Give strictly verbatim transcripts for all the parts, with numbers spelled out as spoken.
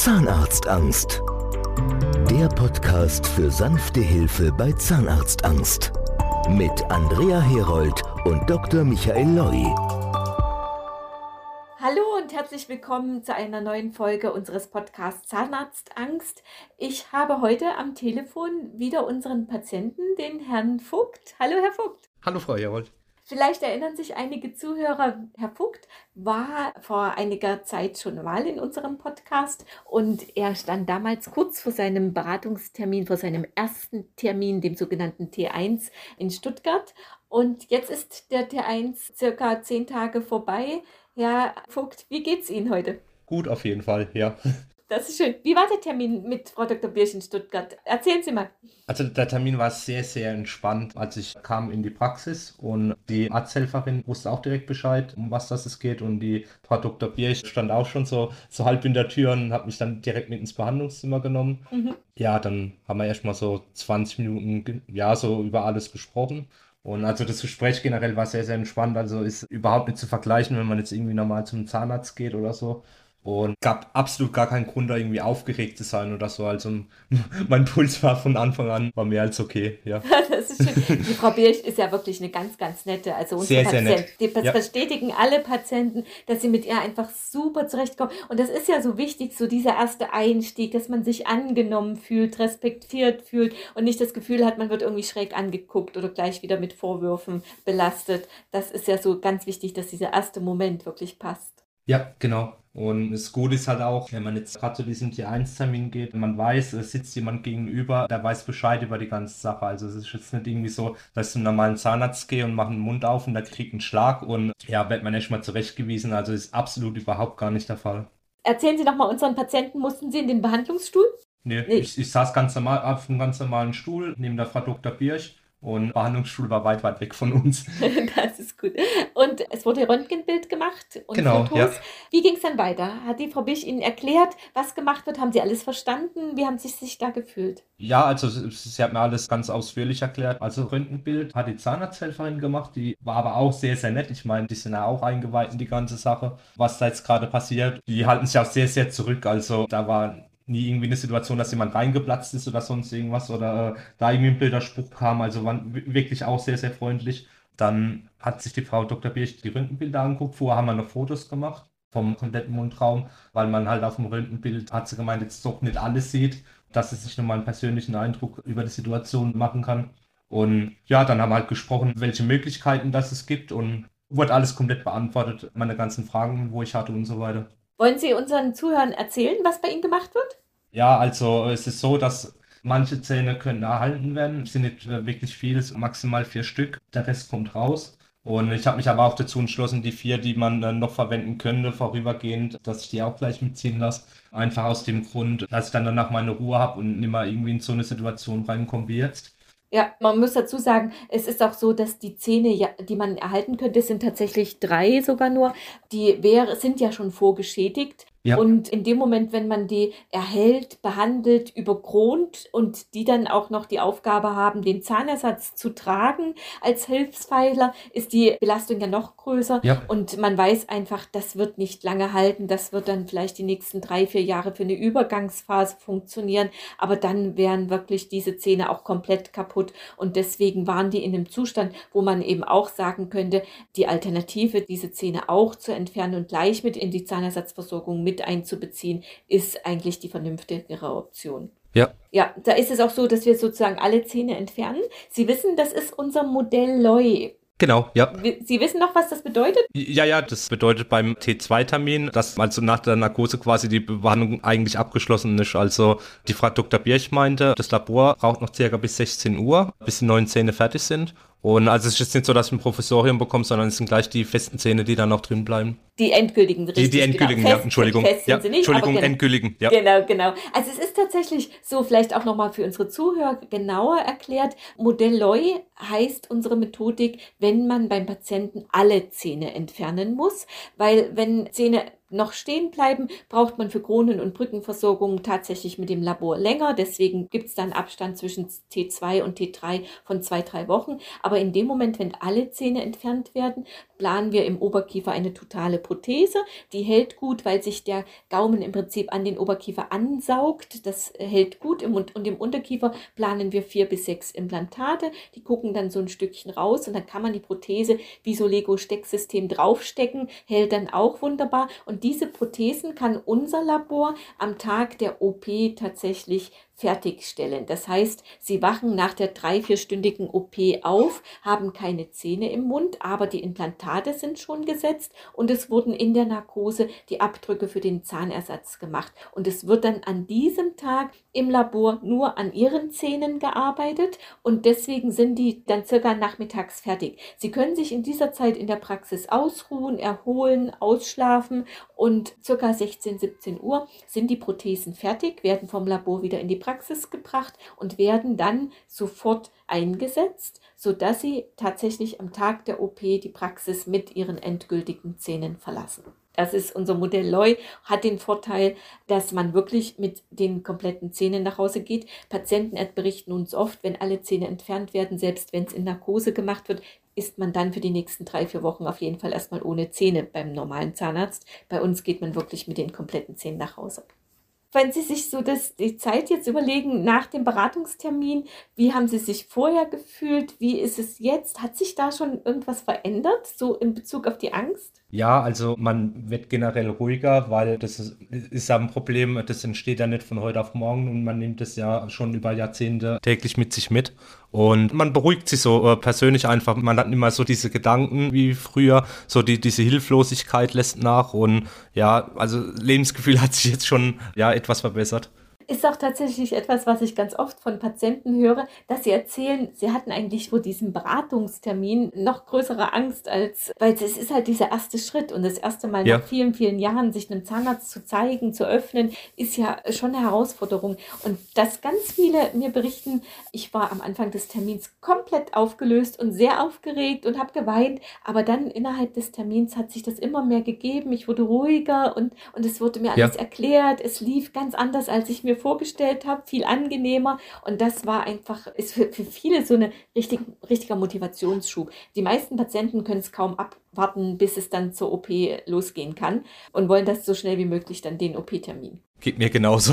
Zahnarztangst. Der Podcast für sanfte Hilfe bei Zahnarztangst. Mit Andrea Herold und Doktor Michael Loi. Hallo und herzlich willkommen zu einer neuen Folge unseres Podcasts Zahnarztangst. Ich habe heute am Telefon wieder unseren Patienten, den Herrn Vogt. Hallo, Herr Vogt. Hallo, Frau Herold. Vielleicht erinnern sich einige Zuhörer, Herr Vogt war vor einiger Zeit schon mal in unserem Podcast und er stand damals kurz vor seinem Beratungstermin, vor seinem ersten Termin, dem sogenannten T eins in Stuttgart. Und jetzt ist der T eins circa zehn Tage vorbei. Herr Vogt, wie geht's Ihnen heute? Gut, auf jeden Fall, ja. Das ist schön. Wie war der Termin mit Frau Doktor Birch in Stuttgart? Erzählen Sie mal. Also der Termin war sehr, sehr entspannt, als ich kam in die Praxis und die Arzthelferin wusste auch direkt Bescheid, um was das es geht, und die Frau Doktor Birch stand auch schon so, so halb in der Tür und hat mich dann direkt mit ins Behandlungszimmer genommen. Mhm. Ja, dann haben wir erstmal so zwanzig Minuten, ja, so über alles gesprochen. Und also das Gespräch generell war sehr, sehr entspannt, also ist überhaupt nicht zu vergleichen, wenn man jetzt irgendwie normal zum Zahnarzt geht oder so. Und gab absolut gar keinen Grund, da irgendwie aufgeregt zu sein oder so. Also mein Puls war von Anfang an war mehr als okay, ja. Das ist schön. Die Frau Birch ist ja wirklich eine ganz, ganz nette. Also unsere sehr, Patienten, sehr nett. Die ja. bestätigen alle Patienten, dass sie mit ihr einfach super zurechtkommen. Und das ist ja so wichtig, so dieser erste Einstieg, dass man sich angenommen fühlt, respektiert fühlt und nicht das Gefühl hat, man wird irgendwie schräg angeguckt oder gleich wieder mit Vorwürfen belastet. Das ist ja so ganz wichtig, dass dieser erste Moment wirklich passt. Ja, genau. Und das Gute ist halt auch, wenn man jetzt gerade zu diesem T eins Termin geht, man weiß, es sitzt jemand gegenüber, der weiß Bescheid über die ganze Sache. Also es ist jetzt nicht irgendwie so, dass ich zum normalen Zahnarzt gehe und mache den Mund auf und da kriegt einen Schlag und ja, wird man erstmal zurechtgewiesen. Also ist absolut überhaupt gar nicht der Fall. Erzählen Sie doch mal unseren Patienten, mussten Sie in den Behandlungsstuhl? Nee, nee. Ich, ich saß ganz normal auf einem ganz normalen Stuhl neben der Frau Doktor Birch. Und der Behandlungsstuhl war weit, weit weg von uns. Das ist gut. Und es wurde Röntgenbild gemacht und genau, Fotos. Ja. Wie ging es dann weiter? Hat die Frau Birch Ihnen erklärt, was gemacht wird? Haben Sie alles verstanden? Wie haben Sie sich da gefühlt? Ja, also sie, sie hat mir alles ganz ausführlich erklärt. Also Röntgenbild hat die Zahnarzthelferin gemacht, die war aber auch sehr, sehr nett. Ich meine, die sind ja auch eingeweiht in die ganze Sache, was da jetzt gerade passiert. Die halten sich auch sehr, sehr zurück. Also da war nie irgendwie eine Situation, dass jemand reingeplatzt ist oder sonst irgendwas oder äh, da irgendwie ein Bilderspruch kam. Also waren wirklich auch sehr, sehr freundlich. Dann hat sich die Frau Doktor Birch die Röntgenbilder angeguckt. Vorher haben wir noch Fotos gemacht vom kompletten Mundraum, weil man halt auf dem Röntgenbild, hat sie gemeint, jetzt doch nicht alles sieht, dass sie sich nochmal einen persönlichen Eindruck über die Situation machen kann. Und ja, dann haben wir halt gesprochen, welche Möglichkeiten das es gibt, und wurde alles komplett beantwortet, meine ganzen Fragen, wo ich hatte und so weiter. Wollen Sie unseren Zuhörern erzählen, was bei Ihnen gemacht wird? Ja, also es ist so, dass manche Zähne können erhalten werden. Es sind nicht wirklich viele, maximal vier Stück. Der Rest kommt raus. Und ich habe mich aber auch dazu entschlossen, die vier, die man dann noch verwenden könnte, vorübergehend, dass ich die auch gleich mitziehen lasse. Einfach aus dem Grund, dass ich dann danach meine Ruhe habe und nicht mal irgendwie in so eine Situation reinkomme wie jetzt. Ja, man muss dazu sagen, es ist auch so, dass die Zähne, die man erhalten könnte, es sind tatsächlich drei sogar nur, die wäre, sind ja schon vorgeschädigt. Ja. Und in dem Moment, wenn man die erhält, behandelt, überkront und die dann auch noch die Aufgabe haben, den Zahnersatz zu tragen als Hilfspfeiler, ist die Belastung ja noch größer. Ja. Und man weiß einfach, das wird nicht lange halten. Das wird dann vielleicht die nächsten drei, vier Jahre für eine Übergangsphase funktionieren. Aber dann wären wirklich diese Zähne auch komplett kaputt. Und deswegen waren die in einem Zustand, wo man eben auch sagen könnte, die Alternative, diese Zähne auch zu entfernen und gleich mit in die Zahnersatzversorgung mit einzubeziehen, ist eigentlich die vernünftigere Option. Ja. Ja, da ist es auch so, dass wir sozusagen alle Zähne entfernen. Sie wissen, das ist unser Modell Loi. Genau, ja. Sie wissen noch, was das bedeutet? Ja, ja, das bedeutet beim T zwei Termin, dass also nach der Narkose quasi die Behandlung eigentlich abgeschlossen ist. Also die Frau Doktor Birch meinte, das Labor braucht noch circa bis sechzehn Uhr, bis die neuen Zähne fertig sind. Und also es ist jetzt nicht so, dass ich ein Professorium bekomme, sondern es sind gleich die festen Zähne, die dann noch drin bleiben. Die endgültigen, richtig. Die, die endgültigen, genau. ja, Fest, Entschuldigung. Fest ja, sind sie nicht, Entschuldigung, aber genau, endgültigen, ja. Genau, genau. Also es ist tatsächlich so, vielleicht auch nochmal für unsere Zuhörer genauer erklärt, Modell Loi heißt unsere Methodik, wenn man beim Patienten alle Zähne entfernen muss, weil wenn Zähne noch stehen bleiben, braucht man für Kronen- und Brückenversorgung tatsächlich mit dem Labor länger. Deswegen gibt es dann Abstand zwischen T zwei und T drei von zwei, drei Wochen. Aber in dem Moment, wenn alle Zähne entfernt werden, planen wir im Oberkiefer eine totale Prothese. Die hält gut, weil sich der Gaumen im Prinzip an den Oberkiefer ansaugt. Das hält gut. Und im Unterkiefer planen wir vier bis sechs Implantate. Die gucken dann so ein Stückchen raus und dann kann man die Prothese wie so Lego-Stecksystem draufstecken, hält dann auch wunderbar. Und diese Prothesen kann unser Labor am Tag der O P tatsächlich fertigstellen. Das heißt, sie wachen nach der drei-, vierstündigen O P auf, haben keine Zähne im Mund, aber die Implantate sind schon gesetzt und es wurden in der Narkose die Abdrücke für den Zahnersatz gemacht. Und es wird dann an diesem Tag im Labor nur an ihren Zähnen gearbeitet und deswegen sind die dann circa nachmittags fertig. Sie können sich in dieser Zeit in der Praxis ausruhen, erholen, ausschlafen und circa sechzehn, siebzehn Uhr sind die Prothesen fertig, werden vom Labor wieder in die Praxis gebracht und werden dann sofort eingesetzt, sodass sie tatsächlich am Tag der O P die Praxis mit ihren endgültigen Zähnen verlassen. Das ist unser Modell Loy, hat den Vorteil, dass man wirklich mit den kompletten Zähnen nach Hause geht. Patienten berichten uns oft, wenn alle Zähne entfernt werden, selbst wenn es in Narkose gemacht wird, ist man dann für die nächsten drei, vier Wochen auf jeden Fall erstmal ohne Zähne beim normalen Zahnarzt. Bei uns geht man wirklich mit den kompletten Zähnen nach Hause. Wenn Sie sich so das, die Zeit jetzt überlegen, nach dem Beratungstermin, wie haben Sie sich vorher gefühlt? Wie ist es jetzt? Hat sich da schon irgendwas verändert, so in Bezug auf die Angst? Ja, also man wird generell ruhiger, weil das ist, ist ja ein Problem, das entsteht ja nicht von heute auf morgen und man nimmt es ja schon über Jahrzehnte täglich mit sich mit. Und man beruhigt sich so äh, persönlich einfach. Man hat nicht mehr so diese Gedanken wie früher, so die, diese Hilflosigkeit lässt nach und ja, also Lebensgefühl hat sich jetzt schon ja etwas verbessert. Ist auch tatsächlich etwas, was ich ganz oft von Patienten höre, dass sie erzählen, sie hatten eigentlich vor diesem Beratungstermin noch größere Angst, als, weil es ist halt dieser erste Schritt und das erste Mal ja. nach vielen, vielen Jahren sich einem Zahnarzt zu zeigen, zu öffnen, ist ja schon eine Herausforderung. Und dass ganz viele mir berichten, ich war am Anfang des Termins komplett aufgelöst und sehr aufgeregt und habe geweint, aber dann innerhalb des Termins hat sich das immer mehr gegeben, ich wurde ruhiger und, und es wurde mir alles ja. erklärt, es lief ganz anders, als ich mir vorgestellt habe, viel angenehmer und das war einfach, ist für, für viele so ein richtig, richtiger Motivationsschub. Die meisten Patienten können es kaum abwarten, bis es dann zur O P losgehen kann und wollen das so schnell wie möglich dann den O P-Termin. Geht mir genauso.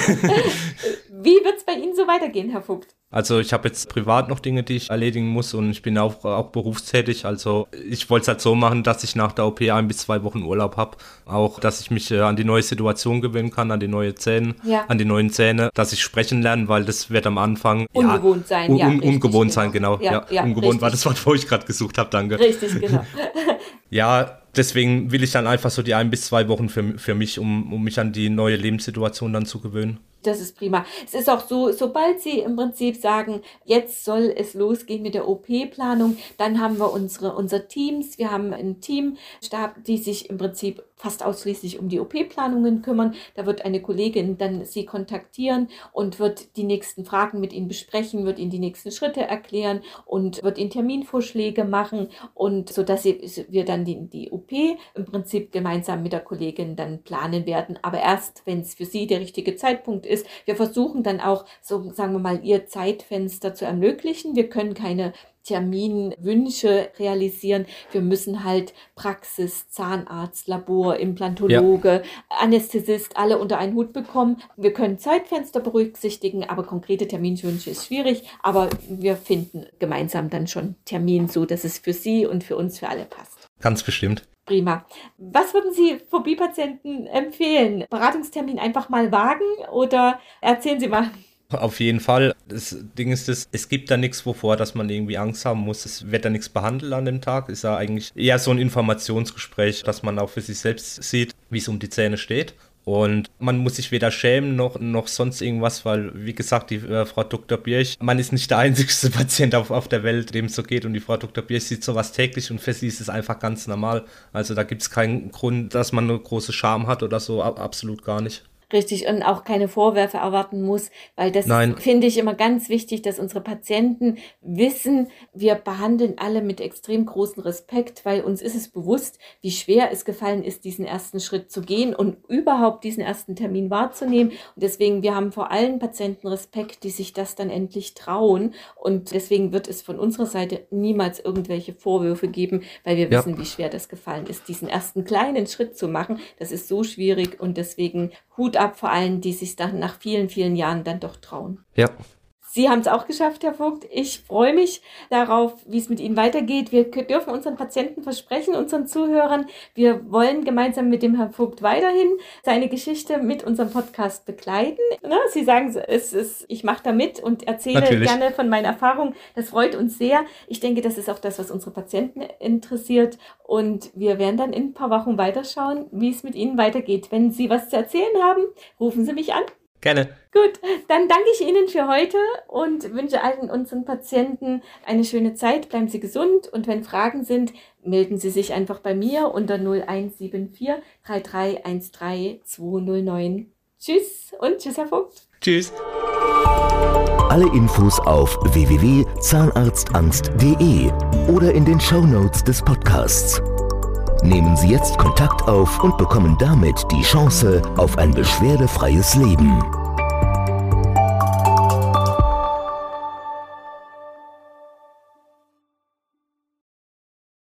Wie wird es bei Ihnen so weitergehen, Herr Vogt? Also ich habe jetzt privat noch Dinge, die ich erledigen muss und ich bin auch, auch berufstätig. Also ich wollte es halt so machen, dass ich nach der O P ein bis zwei Wochen Urlaub habe. Auch, dass ich mich äh, an die neue Situation gewöhnen kann, an die neue Zähne, ja. an die neuen Zähne, dass ich sprechen lerne, weil das wird am Anfang ungewohnt ja, sein. Un- ja, un- ungewohnt sein, genau. Ja, ja, ja, ungewohnt richtig. war das Wort, wo ich gerade gesucht habe, danke. Richtig, genau. Ja, deswegen will ich dann einfach so die ein bis zwei Wochen für, für mich, um, um mich an die neue Lebenssituation dann zu gewöhnen. Das ist prima. Es ist auch so, sobald Sie im Prinzip sagen, jetzt soll es losgehen mit der O P-Planung, dann haben wir unsere unser Teams. Wir haben einen Teamstab, die sich im Prinzip fast ausschließlich um die O P-Planungen kümmern. Da wird eine Kollegin dann Sie kontaktieren und wird die nächsten Fragen mit Ihnen besprechen, wird Ihnen die nächsten Schritte erklären und wird Ihnen Terminvorschläge machen und so dass Sie, wir dann die, die O P im Prinzip gemeinsam mit der Kollegin dann planen werden. Aber erst, wenn es für Sie der richtige Zeitpunkt ist. Wir versuchen dann auch, so sagen wir mal, Ihr Zeitfenster zu ermöglichen. Wir können keine Terminwünsche realisieren. Wir müssen halt Praxis, Zahnarzt, Labor, Implantologe, ja. Anästhesist alle unter einen Hut bekommen. Wir können Zeitfenster berücksichtigen, aber konkrete Terminwünsche ist schwierig. Aber wir finden gemeinsam dann schon Termin so, dass es für Sie und für uns, für alle passt. Ganz bestimmt. Prima. Was würden Sie Phobie-Patienten empfehlen? Beratungstermin einfach mal wagen oder erzählen Sie mal? Auf jeden Fall. Das Ding ist, das, es gibt da nichts, wovor dass man irgendwie Angst haben muss. Es wird da nichts behandelt an dem Tag. Ist ja eigentlich eher so ein Informationsgespräch, dass man auch für sich selbst sieht, wie es um die Zähne steht. Und man muss sich weder schämen noch, noch sonst irgendwas, weil, wie gesagt, die äh, Frau Doktor Birch, man ist nicht der einzigste Patient auf, auf der Welt, dem es so geht. Und die Frau Doktor Birch sieht sowas täglich und für sie ist es einfach ganz normal. Also da gibt es keinen Grund, dass man eine große Scham hat oder so, absolut gar nicht. Richtig, und auch keine Vorwürfe erwarten muss, weil das finde ich immer ganz wichtig, dass unsere Patienten wissen, wir behandeln alle mit extrem großem Respekt, weil uns ist es bewusst, wie schwer es gefallen ist, diesen ersten Schritt zu gehen und überhaupt diesen ersten Termin wahrzunehmen. Und deswegen, wir haben vor allen Patienten Respekt, die sich das dann endlich trauen. Und deswegen wird es von unserer Seite niemals irgendwelche Vorwürfe geben, weil wir ja. wissen, wie schwer das gefallen ist, diesen ersten kleinen Schritt zu machen. Das ist so schwierig und deswegen Hut ab vor allen, die sich dann nach vielen, vielen Jahren dann doch trauen. Ja. Sie haben es auch geschafft, Herr Vogt. Ich freue mich darauf, wie es mit Ihnen weitergeht. Wir dürfen unseren Patienten versprechen, unseren Zuhörern, wir wollen gemeinsam mit dem Herrn Vogt weiterhin seine Geschichte mit unserem Podcast begleiten. Sie sagen, es ist, ich mache da mit und erzähle Natürlich. gerne von meinen Erfahrungen. Das freut uns sehr. Ich denke, das ist auch das, was unsere Patienten interessiert. Und wir werden dann in ein paar Wochen weiterschauen, wie es mit Ihnen weitergeht. Wenn Sie was zu erzählen haben, rufen Sie mich an. Gerne. Gut, dann danke ich Ihnen für heute und wünsche allen unseren Patienten eine schöne Zeit. Bleiben Sie gesund und wenn Fragen sind, melden Sie sich einfach bei mir unter null eins sieben vier drei drei eins drei zwei null neun. Tschüss und tschüss, Herr Vogt. Tschüss. Alle Infos auf w w w punkt zahnarztangst punkt de oder in den Shownotes des Podcasts. Nehmen Sie jetzt Kontakt auf und bekommen damit die Chance auf ein beschwerdefreies Leben.